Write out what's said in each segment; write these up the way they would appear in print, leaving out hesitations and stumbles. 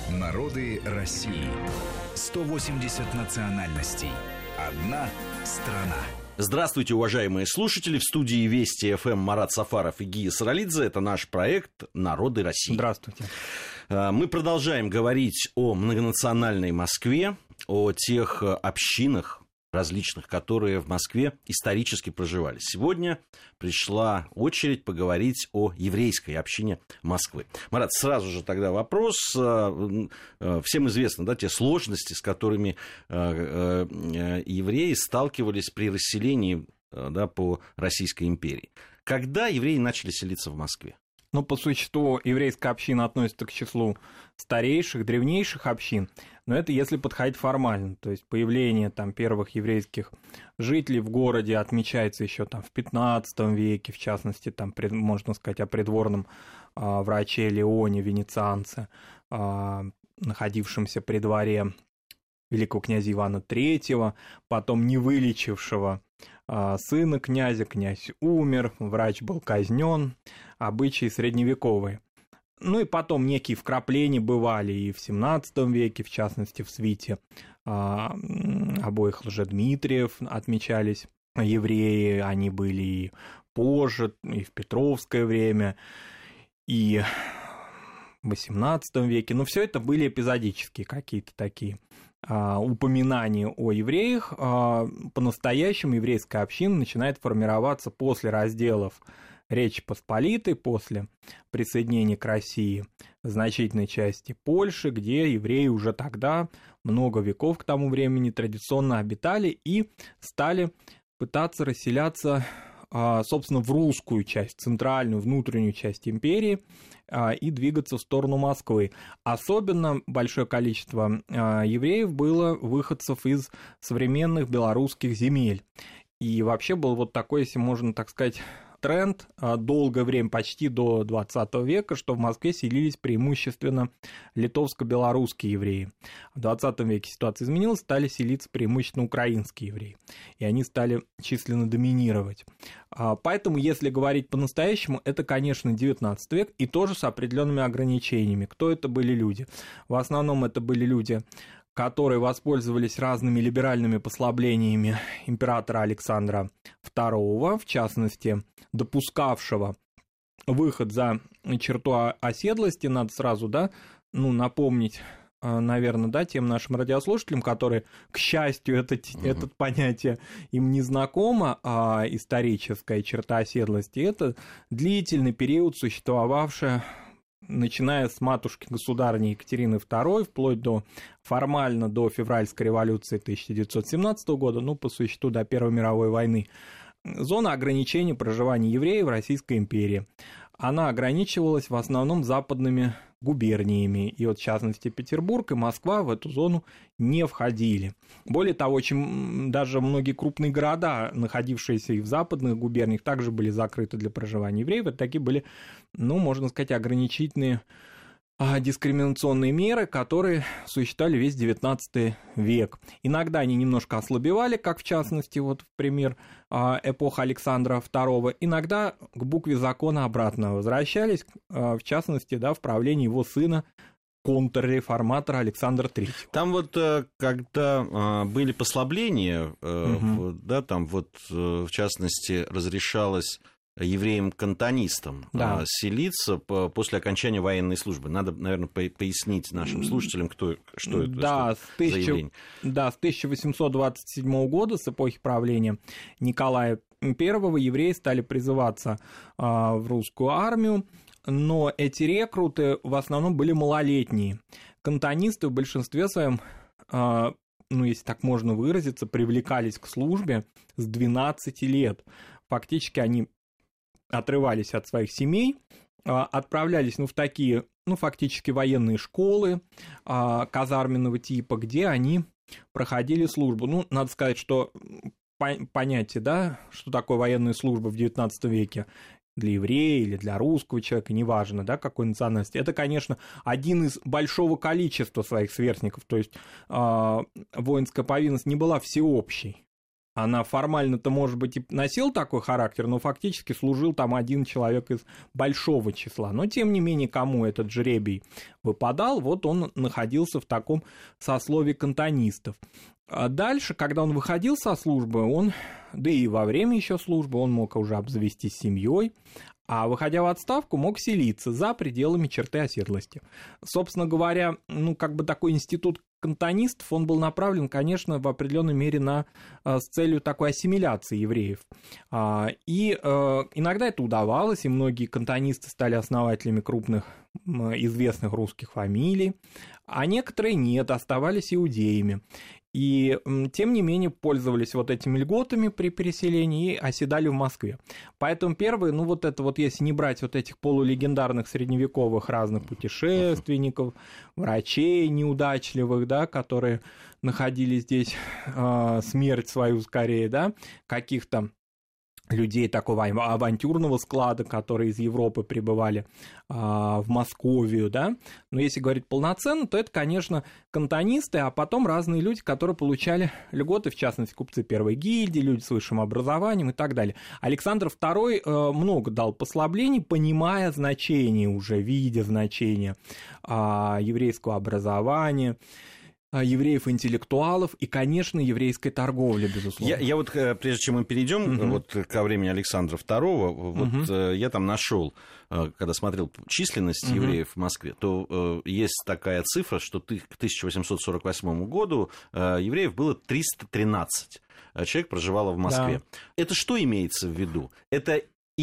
Народы России. 180 национальностей. Одна страна. Здравствуйте, уважаемые слушатели. В студии Вести ФМ Марат Сафаров и Гия Саралидзе. Это наш проект «Народы России». Здравствуйте. Мы продолжаем говорить о многонациональной Москве, о тех общинах различных, которые в Москве исторически проживали. Сегодня пришла очередь поговорить о еврейской общине Москвы. Марат, сразу же тогда вопрос. Всем известно, да, те сложности, с которыми евреи сталкивались при расселении, да, по Российской империи. Когда евреи начали селиться в Москве? Ну, по существу, еврейская община относится к числу старейших, древнейших общин, но это если подходить формально, то есть появление там первых еврейских жителей в городе отмечается еще там в 15 веке, в частности, там можно сказать о придворном враче Леоне, венецианце, находившемся при дворе великого князя Ивана III, потом не вылечившего сына князя, князь умер, врач был казнен, обычаи средневековые. Ну и потом некие вкрапления бывали и в 17 веке, в частности, в свите обоих Лжедмитриев отмечались евреи, они были и позже, и в Петровское время, и в 18 веке, но все это были эпизодические какие-то такие упоминания о евреях. По-настоящему еврейская община начинает формироваться после разделов Речи Посполитой, после присоединения к России значительной части Польши, где евреи уже тогда, много веков к тому времени, традиционно обитали и стали пытаться расселяться, собственно, в русскую часть, центральную, внутреннюю часть империи и двигаться в сторону Москвы. Особенно большое количество евреев было выходцев из современных белорусских земель. И вообще был вот такой, если можно так сказать, тренд долгое время, почти до 20 века, что в Москве селились преимущественно литовско-белорусские евреи. В 20 веке ситуация изменилась, стали селиться преимущественно украинские евреи, и они стали численно доминировать. Поэтому, если говорить по-настоящему, это, конечно, 19 век, и тоже с определенными ограничениями. Кто это были люди? В основном это были люди, которые воспользовались разными либеральными послаблениями императора Александра II, в частности, допускавшего выход за черту оседлости. Надо сразу, да, напомнить, наверное, да, тем нашим радиослушателям, которые, к счастью, это понятие им не знакомо, историческая черта оседлости, это длительный период, существовавший, начиная с матушки-государыни Екатерины II, вплоть до формально до февральской революции 1917 года, по существу до Первой мировой войны, зона ограничения проживания евреев в Российской империи. Она ограничивалась в основном западными губерниями, и вот в частности Петербург и Москва в эту зону не входили. Более того, даже многие крупные города, находившиеся и в западных губерниях, также были закрыты для проживания евреев. Это такие были, можно сказать, ограничительные дискриминационные меры, которые существовали весь XIX век. Иногда они немножко ослабевали, как в частности, вот в пример эпоха Александра II, иногда к букве закона обратно возвращались, в частности, да, в правлении его сына, контрреформатора Александра III. Там вот, когда были послабления, да, там вот, в частности, разрешалось евреям-кантонистам селиться после окончания военной службы. Надо, наверное, пояснить нашим слушателям, что это за явление. Да, с 1827 года, с эпохи правления Николая I, евреи стали призываться в русскую армию, но эти рекруты в основном были малолетние. Кантонисты в большинстве своем, если так можно выразиться, привлекались к службе с 12 лет. Фактически они отрывались от своих семей, отправлялись в такие, фактически военные школы казарменного типа, где они проходили службу. Надо сказать, что понятие, да, что такое военная служба в XIX веке для еврея или для русского человека, неважно, да, какой национальности, это, конечно, один из большого количества своих сверстников, то есть воинская повинность не была всеобщей. Она формально-то, может быть, и носила такой характер, но фактически служил там один человек из большого числа. Но, тем не менее, кому этот жребий выпадал, вот он находился в таком сословии кантонистов. А дальше, когда он выходил со службы, он, да и во время еще службы, он мог уже обзавестись семьей, а выходя в отставку, мог селиться за пределами черты оседлости. Собственно говоря, такой институт кантонистов, он был направлен, конечно, в определенной мере с целью такой ассимиляции евреев. И иногда это удавалось, и многие кантонисты стали основателями крупных известных русских фамилий, а некоторые нет, оставались иудеями. И, тем не менее, пользовались вот этими льготами при переселении и оседали в Москве. Поэтому первые, если не брать вот этих полулегендарных средневековых разных путешественников, врачей неудачливых, да, которые находили здесь смерть свою скорее, да, каких-то людей такого авантюрного склада, которые из Европы прибывали в Московию, да, но если говорить полноценно, то это, конечно, кантонисты, а потом разные люди, которые получали льготы, в частности, купцы первой гильдии, люди с высшим образованием и так далее. Александр II много дал послаблений, понимая значение уже, видя значение еврейского образования, евреев-интеллектуалов и, конечно, еврейской торговли, безусловно. Я вот, прежде чем мы перейдем ко времени Александра II, я там нашел, когда смотрел численность евреев в Москве, то есть такая цифра, что к 1848 году евреев было 313 человек проживало в Москве. Да. Это что имеется в виду? Это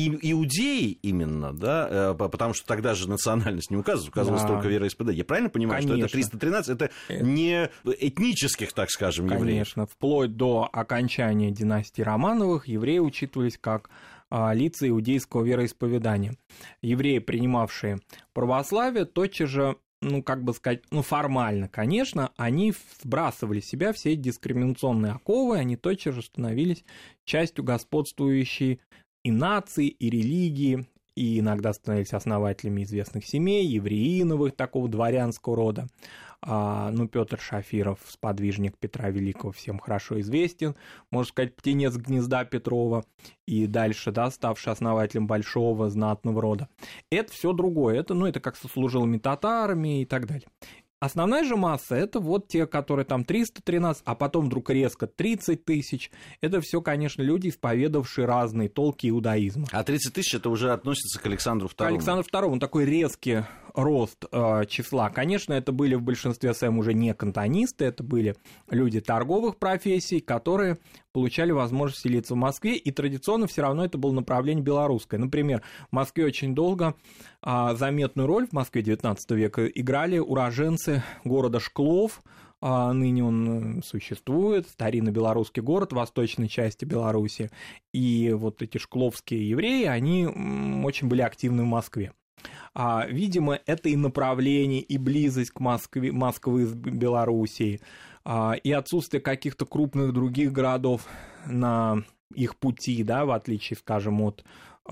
иудеи именно, да, потому что тогда же национальность не указывалась только вероисповедание. Я правильно понимаю, конечно, что это 313, это не этнических, так скажем, евреев? Конечно, вплоть до окончания династии Романовых евреи учитывались как лица иудейского вероисповедания. Евреи, принимавшие православие, тотчас же, формально, конечно, они сбрасывали с себя все дискриминационные оковы, они тотчас же становились частью господствующей и нации, и религии, и иногда становились основателями известных семей, евреиновых, такого дворянского рода. Петр Шафиров, сподвижник Петра Великого, всем хорошо известен, можно сказать, птенец гнезда Петрова, и дальше, да, ставший основателем большого знатного рода. Это все другое, это как со служилыми татарами и так далее. Основная же масса – это вот те, которые там 313, а потом вдруг резко 30 тысяч. Это все, конечно, люди, исповедовавшие разные толки иудаизма. А 30 тысяч – это уже относится к Александру II? К Александру II, такой резкий рост числа. Конечно, это были в большинстве своем уже не кантонисты, это были люди торговых профессий, которые получали возможность селиться в Москве, и традиционно все равно это было направление белорусское. Например, в Москве очень долго заметную роль, в Москве XIX века, играли уроженцы города Шклов, ныне он существует, старинно-белорусский город в восточной части Беларуси, и вот эти шкловские евреи, они очень были активны в Москве. Видимо, это и направление, и близость к Москвы с Белоруссией, и отсутствие каких-то крупных других городов на их пути, да, в отличие, скажем, от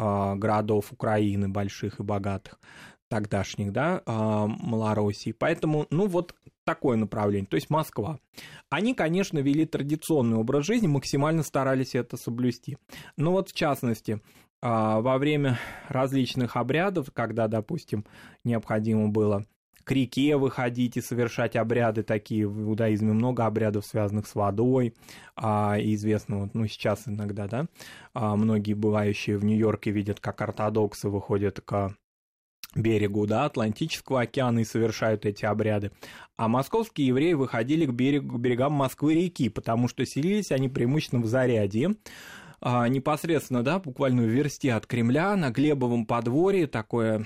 городов Украины, больших и богатых, тогдашних, да, Малороссии. Поэтому, такое направление, то есть Москва. Они, конечно, вели традиционный образ жизни, максимально старались это соблюсти. Но в частности, во время различных обрядов, когда, допустим, необходимо было к реке выходить и совершать обряды такие, в иудаизме много обрядов, связанных с водой, известно, сейчас иногда, да, многие бывающие в Нью-Йорке видят, как ортодоксы выходят к берегу, да, Атлантического океана и совершают эти обряды. А московские евреи выходили к берегам Москвы-реки, потому что селились они преимущественно в Зарядье, непосредственно, да, буквально в версте от Кремля, на Глебовом подворье, такое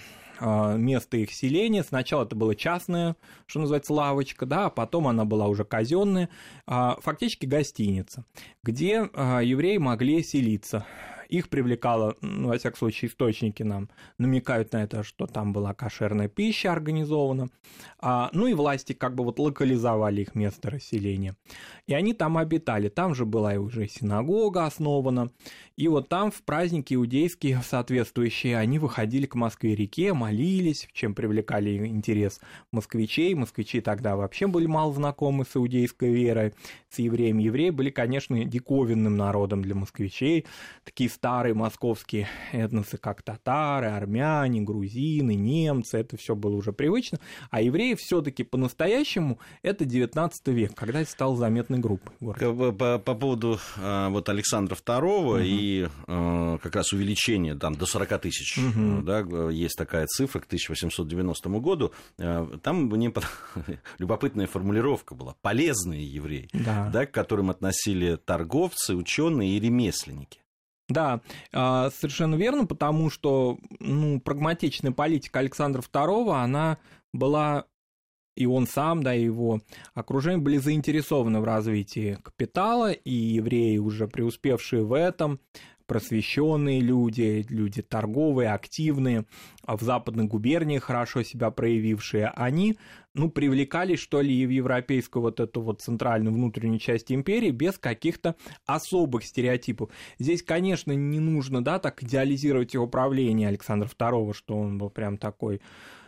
место их селения. Сначала это была частная, что называется, лавочка, да, а потом она была уже казенная, фактически гостиница, где евреи могли селиться. их привлекало, ну, во всяком случае, источники нам намекают на это, что там была кошерная пища организована. Ну и власти как бы вот локализовали их место расселения. И они там обитали. Там же была и уже синагога основана. И вот там в праздники иудейские соответствующие они выходили к Москве-реке, молились, чем привлекали интерес москвичей. Москвичи тогда вообще были мало знакомы с иудейской верой, с евреями. Евреи были, конечно, диковинным народом для москвичей. Такие старые московские этносы, как татары, армяне, грузины, немцы. Это все было уже привычно. А евреи все-таки по-настоящему это 19 век, когда это стало заметной группой. По поводу вот Александра II и как раз увеличение там, до 40 тысяч, да, есть такая цифра к 1890 году, там мне любопытная формулировка была «полезные евреи», да, к которым относили торговцы, ученые и ремесленники. Да, совершенно верно, потому что прагматичная политика Александра II, она была, и он сам, да, и его окружение были заинтересованы в развитии капитала, и евреи, уже преуспевшие в этом, просвещенные люди, люди торговые, активные, в западных губерниях хорошо себя проявившие, они, привлекались, что ли, и в европейскую вот эту вот центральную внутреннюю часть империи без каких-то особых стереотипов. Здесь, конечно, не нужно, да, так идеализировать его правление Александра II, что он был прям такой...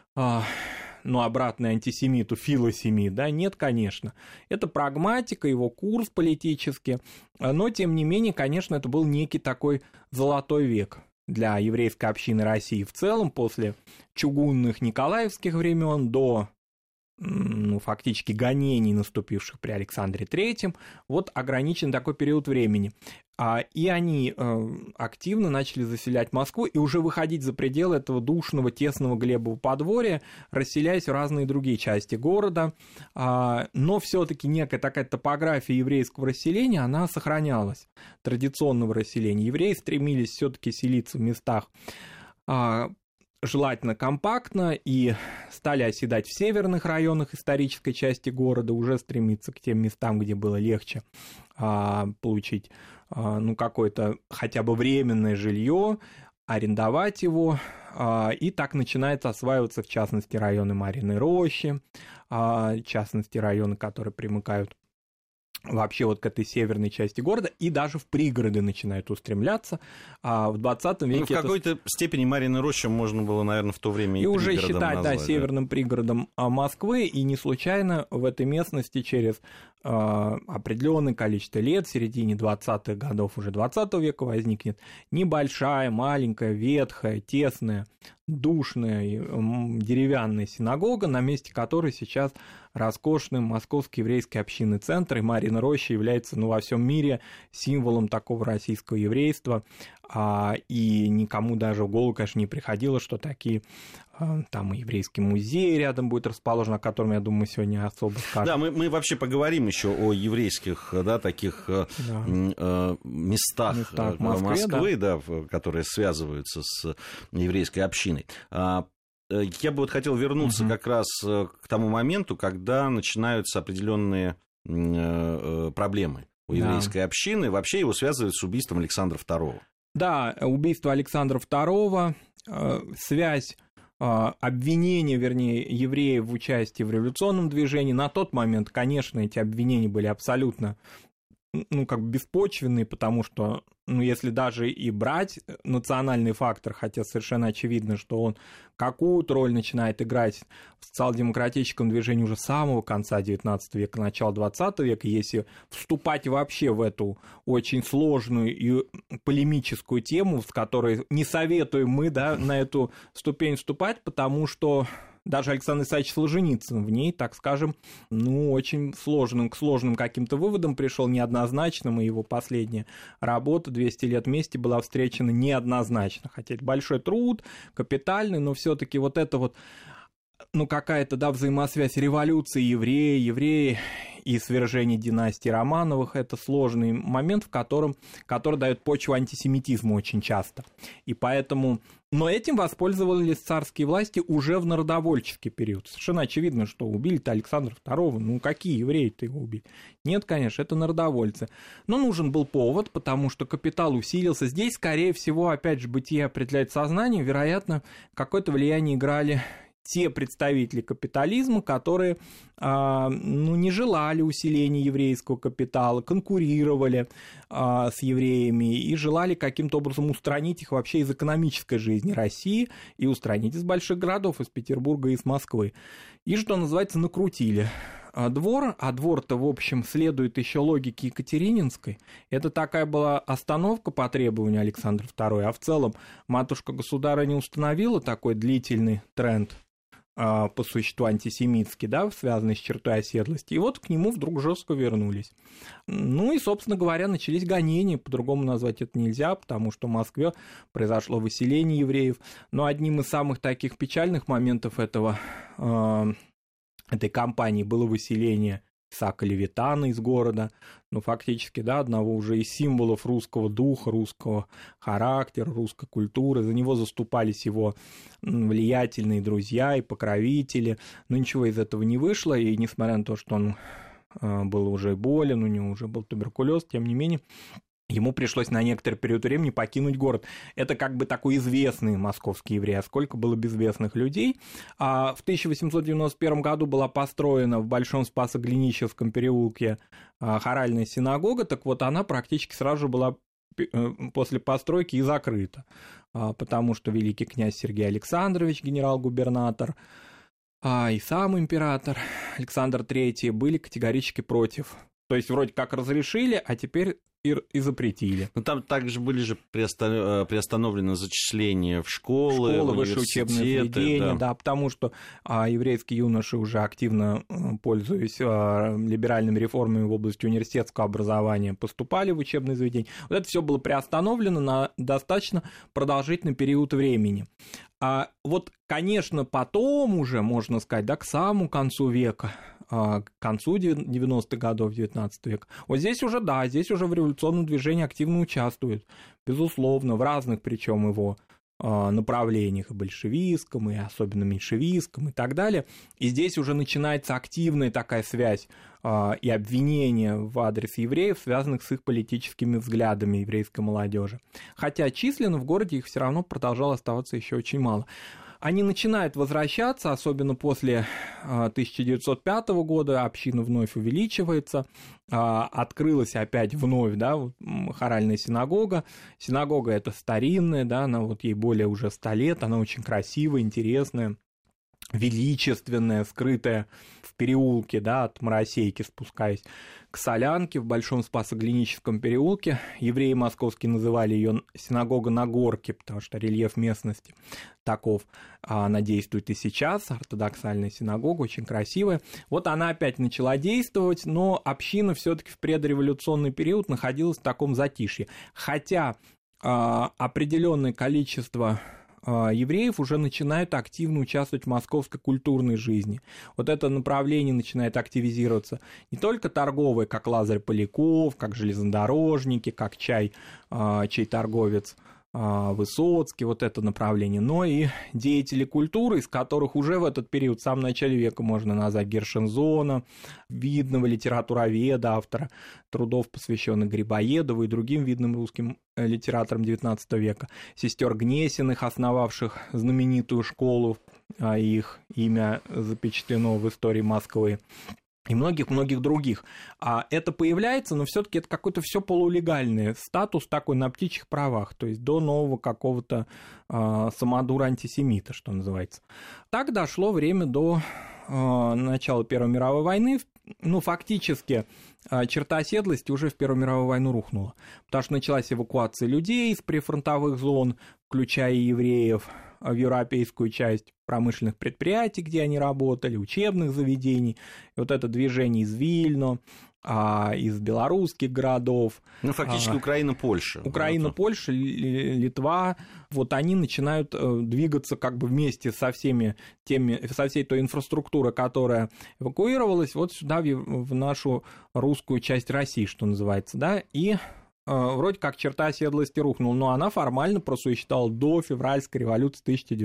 обратный антисемиту, филосемит, да, нет, конечно. Это прагматика, его курс политический, но, тем не менее, конечно, это был некий такой золотой век для еврейской общины России в целом, после чугунных николаевских времен до, фактически, гонений, наступивших при Александре III, вот ограничен такой период времени. И они активно начали заселять Москву и уже выходить за пределы этого душного, тесного Глебова подворья, расселяясь в разные другие части города. Но все-таки некая такая топография еврейского расселения, она сохранялась, традиционного расселения. Евреи стремились все-таки селиться в местах желательно компактно, и стали оседать в северных районах исторической части города, уже стремиться к тем местам, где было легче получить какое-то хотя бы временное жилье, арендовать его, и так начинает осваиваться, в частности, районы Марьиной Рощи, в частности, районы, которые примыкают вообще вот к этой северной части города, и даже в пригороды начинают устремляться. В 20 веке... в какой-то степени Марьиной Рощи можно было, наверное, в то время и уже считать, назвать, северным пригородом Москвы, и не случайно в этой местности через определенное количество лет, в середине 20-х годов уже 20 века возникнет небольшая, маленькая, ветхая, тесная, душная деревянная синагога, на месте которой сейчас роскошный московский еврейский общинный центр, и Марьина Роща является во всем мире символом такого российского еврейства, и никому даже в голову, конечно, не приходило, что такие там и еврейский музей рядом будет расположен, о котором, я думаю, сегодня особо скажем. Да, мы вообще поговорим еще о еврейских, да, таких местах Москвы, да, которые связываются с еврейской общиной. Я бы хотел вернуться как раз к тому моменту, когда начинаются определенные проблемы у еврейской общины. Вообще его связывают с убийством Александра II. Да, убийство Александра II, связь, обвинения, вернее, евреев в участии в революционном движении. На тот момент, конечно, эти обвинения были абсолютно беспочвенные, потому что, если даже и брать национальный фактор, хотя совершенно очевидно, что он какую-то роль начинает играть в социал-демократическом движении уже с самого конца XIX века, начала XX века, если вступать вообще в эту очень сложную и полемическую тему, с которой не советуем мы, да, на эту ступень вступать, потому что даже Александр Исаевич Солженицын в ней, так скажем, очень к сложным каким-то выводам пришел, неоднозначным, и его последняя работа «200 лет вместе» была встречена неоднозначно. Хотя это большой труд, капитальный, но все-таки вот это вот, какая-то, да, взаимосвязь революции, евреи и свержение династии Романовых – это сложный момент, который дает почву антисемитизму очень часто. И поэтому... Но этим воспользовались царские власти уже в народовольческий период. Совершенно очевидно, что убили-то Александра II. Ну, какие евреи-то его убили? Нет, конечно, это народовольцы. Но нужен был повод, потому что капитал усилился. Здесь, скорее всего, опять же, бытие определяет сознание. Вероятно, какое-то влияние играли те представители капитализма, которые не желали усиления еврейского капитала, конкурировали с евреями и желали каким-то образом устранить их вообще из экономической жизни России и устранить из больших городов, из Петербурга и из Москвы. И, что называется, накрутили двор, а двор-то, в общем, следует еще логике Екатерининской. Это такая была остановка по требованию Александра II, а в целом матушка-государыня установила такой длительный тренд по существу антисемитский, да, связанный с чертой оседлости, и вот к нему вдруг жестко вернулись. Ну и, собственно говоря, начались гонения, по-другому назвать это нельзя, потому что в Москве произошло выселение евреев, но одним из самых таких печальных моментов этой кампании было выселение Исаака Левитана из города, ну, фактически, да, одного уже из символов русского духа, русского характера, русской культуры. За него заступались его влиятельные друзья и покровители, но ничего из этого не вышло, и несмотря на то, что он был уже болен, у него уже был туберкулез, тем не менее, ему пришлось на некоторый период времени покинуть город. Это как бы такой известный московский еврей, а сколько было безвестных людей. В 1891 году была построена в Большом Спасо-Глинищевском переулке хоральная синагога, так вот она практически сразу же была после постройки и закрыта, потому что великий князь Сергей Александрович, генерал-губернатор, и сам император Александр III были категорически против. То есть вроде как разрешили, а теперь и запретили. Но там также были же приостановлены зачисления в школы, высшие учебные заведения, да, потому что еврейские юноши, уже активно пользуясь либеральными реформами в области университетского образования, поступали в учебные заведения. Вот это все было приостановлено на достаточно продолжительный период времени. Вот, конечно, потом уже, можно сказать, да, к самому концу века, к концу 90-х годов 19 века, вот здесь уже, да, здесь уже в революционном движении активно участвуют, безусловно, в разных, причем его направлениях, и большевистском, и особенно меньшевистском, и так далее. И здесь уже начинается активная такая связь и обвинения в адрес евреев, связанных с их политическими взглядами еврейской молодежи. Хотя численно в городе их все равно продолжало оставаться еще очень мало. Они начинают возвращаться, особенно после 1905 года, община вновь увеличивается, открылась опять вновь, да, хоральная синагога. Синагога эта старинная, да, она вот ей более уже 100 лет, она очень красивая, интересная, величественная, скрытая в переулке, да, от Моросейки спускаясь к Солянке в Большом Спасо-Глиническом переулке. Евреи московские называли ее синагога на горке, потому что рельеф местности таков. Она действует и сейчас, ортодоксальная синагога, очень красивая. Вот она опять начала действовать, но община все-таки в предреволюционный период находилась в таком затишье. Хотя определенное количество евреев уже начинают активно участвовать в московской культурной жизни. Вот это направление начинает активизироваться не только торговое, как Лазарь Поляков, как железнодорожники, как чай-торговец Высоцкий, вот это направление, но и деятели культуры, из которых уже в этот период, в самом начале века, можно назвать Гершензона, видного литературоведа, автора трудов, посвященных Грибоедову и другим видным русским литераторам XIX века, сестер Гнесиных, основавших знаменитую школу, их имя запечатлено в истории Москвы, и многих-многих других. Это появляется, но все-таки это какой-то все полулегальный статус такой на птичьих правах, то есть до нового какого-то самодура-антисемита, что называется. Так дошло время до начала Первой мировой войны. Ну, фактически черта оседлости уже в Первую мировую войну рухнула, потому что началась эвакуация людей из прифронтовых зон, включая евреев, в европейскую часть промышленных предприятий, где они работали, учебных заведений. И вот это движение из Вильно, из белорусских городов. Ну, фактически Украина-Польша. Украина-Польша, Литва. Вот они начинают двигаться как бы вместе со всеми со всей той инфраструктурой, которая эвакуировалась, вот сюда, в нашу русскую часть России, что называется, да, и вроде как черта оседлости рухнула, но она формально просуществовала до февральской революции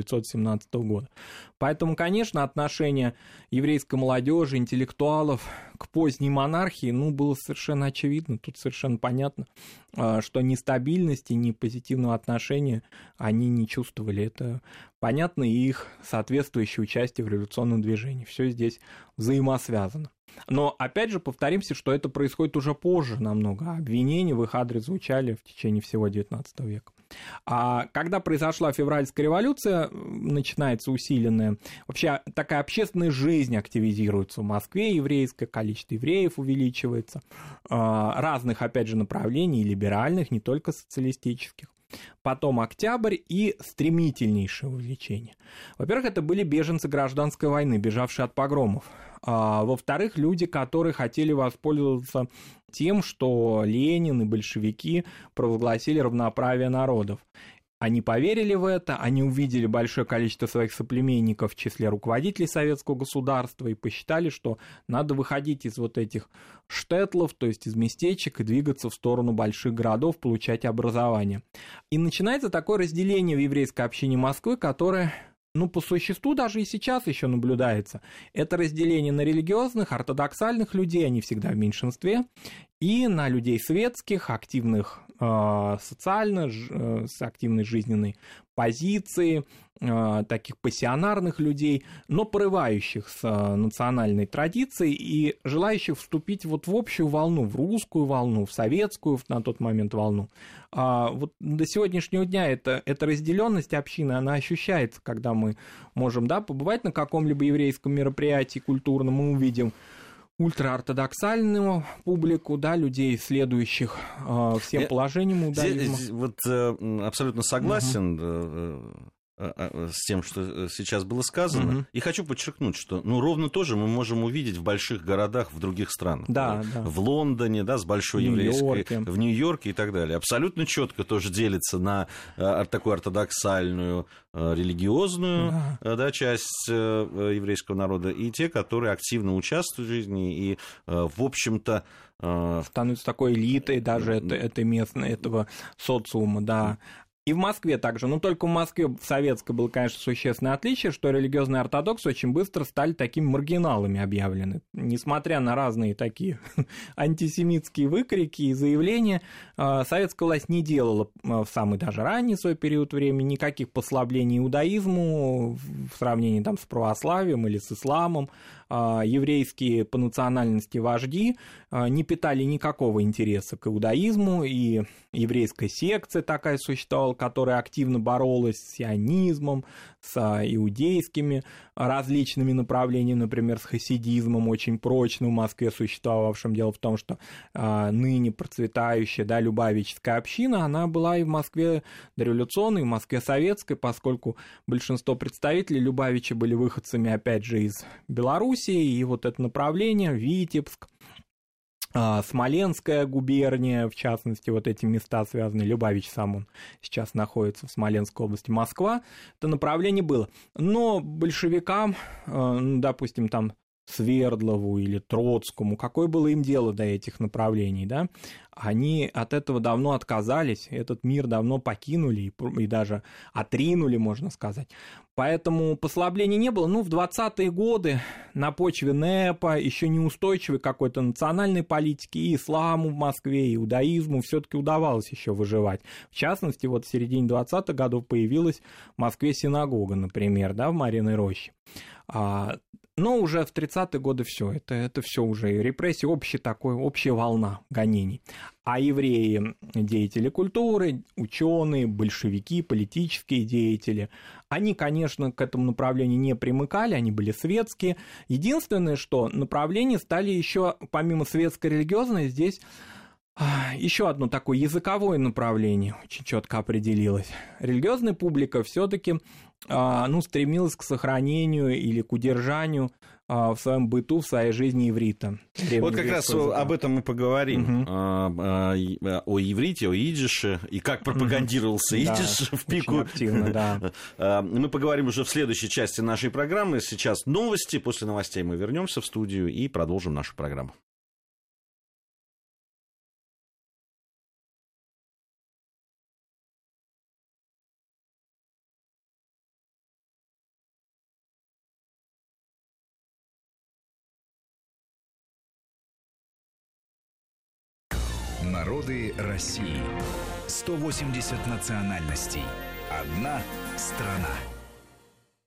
1917 года. Поэтому, конечно, отношение еврейской молодежи, интеллектуалов к поздней монархии, было совершенно очевидно, тут совершенно понятно, что ни стабильности, ни позитивного отношения они не чувствовали. Это понятно, и их соответствующее участие в революционном движении. Все здесь взаимосвязано. Но, опять же, повторимся, что это происходит уже позже намного. Обвинения в их адрес звучали в течение всего XIX века. А когда произошла февральская революция, начинается усиленная, вообще такая общественная жизнь активизируется в Москве, еврейское количество евреев увеличивается, разных, опять же, направлений, либеральных, не только социалистических. Потом октябрь и стремительнейшее увеличение. Во-первых, это были беженцы гражданской войны, бежавшие от погромов. Во-вторых, люди, которые хотели воспользоваться тем, что Ленин и большевики провозгласили равноправие народов. Они поверили в это, они увидели большое количество своих соплеменников в числе руководителей советского государства и посчитали, что надо выходить из вот этих штетлов, то есть из местечек, и двигаться в сторону больших городов, получать образование. И начинается такое разделение в еврейской общине Москвы, которое, по существу даже и сейчас еще наблюдается. Это разделение на религиозных, ортодоксальных людей, они всегда в меньшинстве, и на людей светских, активных социально, с активной жизненной позицией, таких пассионарных людей, но порывающих с национальной традицией и желающих вступить вот в общую волну, в русскую волну, в советскую на тот момент волну. Вот до сегодняшнего дня эта разделенность общины, она ощущается, когда мы можем, побывать на каком-либо еврейском мероприятии культурном, мы увидим ультраортодоксальную публику, людей, следующих всем положениям иудаизма. Здесь абсолютно согласен с тем, что сейчас было сказано. И хочу подчеркнуть, что ровно то же мы можем увидеть в больших городах в других странах. В Лондоне, с большой еврейской, в Нью-Йорке и так далее. Абсолютно четко тоже делится на такую ортодоксальную, религиозную часть еврейского народа и те, которые активно участвуют в жизни и, в общем-то, становятся такой элитой даже этого социума, И в Москве также, но только в Москве в советской было, конечно, существенное отличие, что религиозные ортодоксы очень быстро стали такими маргиналами объявлены. Несмотря на разные такие антисемитские выкрики и заявления, советская власть не делала в самый даже ранний свой период времени никаких послаблений иудаизму в сравнении с православием или с исламом. Еврейские по национальности вожди не питали никакого интереса к иудаизму, и еврейская секция такая существовала, которая активно боролась с сионизмом, с иудейскими различными направлениями, например, с хасидизмом, очень прочно в Москве существовавшим. Дело в том, что ныне процветающая любавическая община, она была и в Москве дореволюционной, и в Москве советской, поскольку большинство представителей Любавича были выходцами, опять же, из Белоруссии, и вот это направление, Витебск, Смоленская губерния, в частности, вот эти места связаны, Любавич сам он сейчас находится в Смоленской области, Москва, это направление было. Но большевикам, допустим, Свердлову или Троцкому, какое было им дело до этих направлений, Они от этого давно отказались, этот мир давно покинули и даже отринули, можно сказать. Поэтому послаблений не было. В 20-е годы на почве НЭПа, еще неустойчивой какой-то национальной политики, и исламу в Москве, и иудаизму все-таки удавалось еще выживать. В частности, в середине 20-х годов появилась в Москве синагога, например, в Мариной роще. Но уже в 30-е годы все, это все уже репрессии, общая волна гонений. А евреи, деятели культуры, ученые, большевики, политические деятели, они, конечно, к этому направлению не примыкали, они были светские. Единственное, что направления стали еще, помимо светской религиозной, здесь Еще одно такое языковое направление очень четко определилось. Религиозная публика все-таки стремилась к сохранению или к удержанию в своем быту, в своей жизни иврита. Вот как раз об этом мы поговорим. О иврите, о идише, и как пропагандировался идиш в пику. Активно, да. Мы поговорим уже в следующей части нашей программы. Сейчас новости. После новостей мы вернемся в студию и продолжим нашу программу. Народы России. 180 национальностей. Одна страна.